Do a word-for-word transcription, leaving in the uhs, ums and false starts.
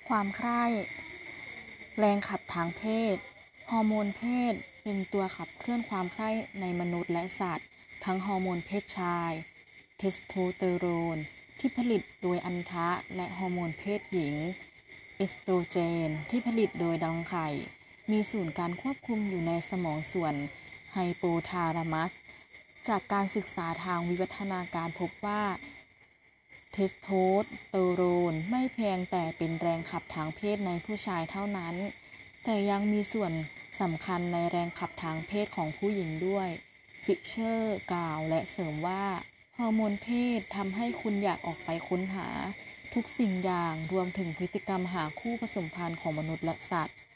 ความใคร่แรงขับทางเพศฮอร์โมนเพศเป็นตัวขับเคลื่อนความใคร่ในมนุษย์และสัตว์ทั้งฮอร์โมนเพศชายเทสโทสเตอโรนที่ผลิตโดยอัณฑะและฮอร์โมนเพศหญิงเอสโตรเจนที่ผลิตโดยรังไข่มีศูนย์การควบคุมอยู่ในสมองส่วนไฮโปทาลามัสจากการศึกษาทางวิวัฒนาการพบว่าเทสโทสเตอโรนไม่เพียงแต่เป็นแรงขับทางเพศในผู้ชายเท่านั้นแต่ยังมีส่วนสำคัญในแรงขับทางเพศของผู้หญิงด้วยฟิชเชอร์กล่าวและเสริมว่าฮอร์โมนเพศทำให้คุณอยากออกไปค้นหาทุกสิ่งอย่างรวมถึงพฤติกรรมหาคู่ผสมพันธุ์ของมนุษย์และสัตว์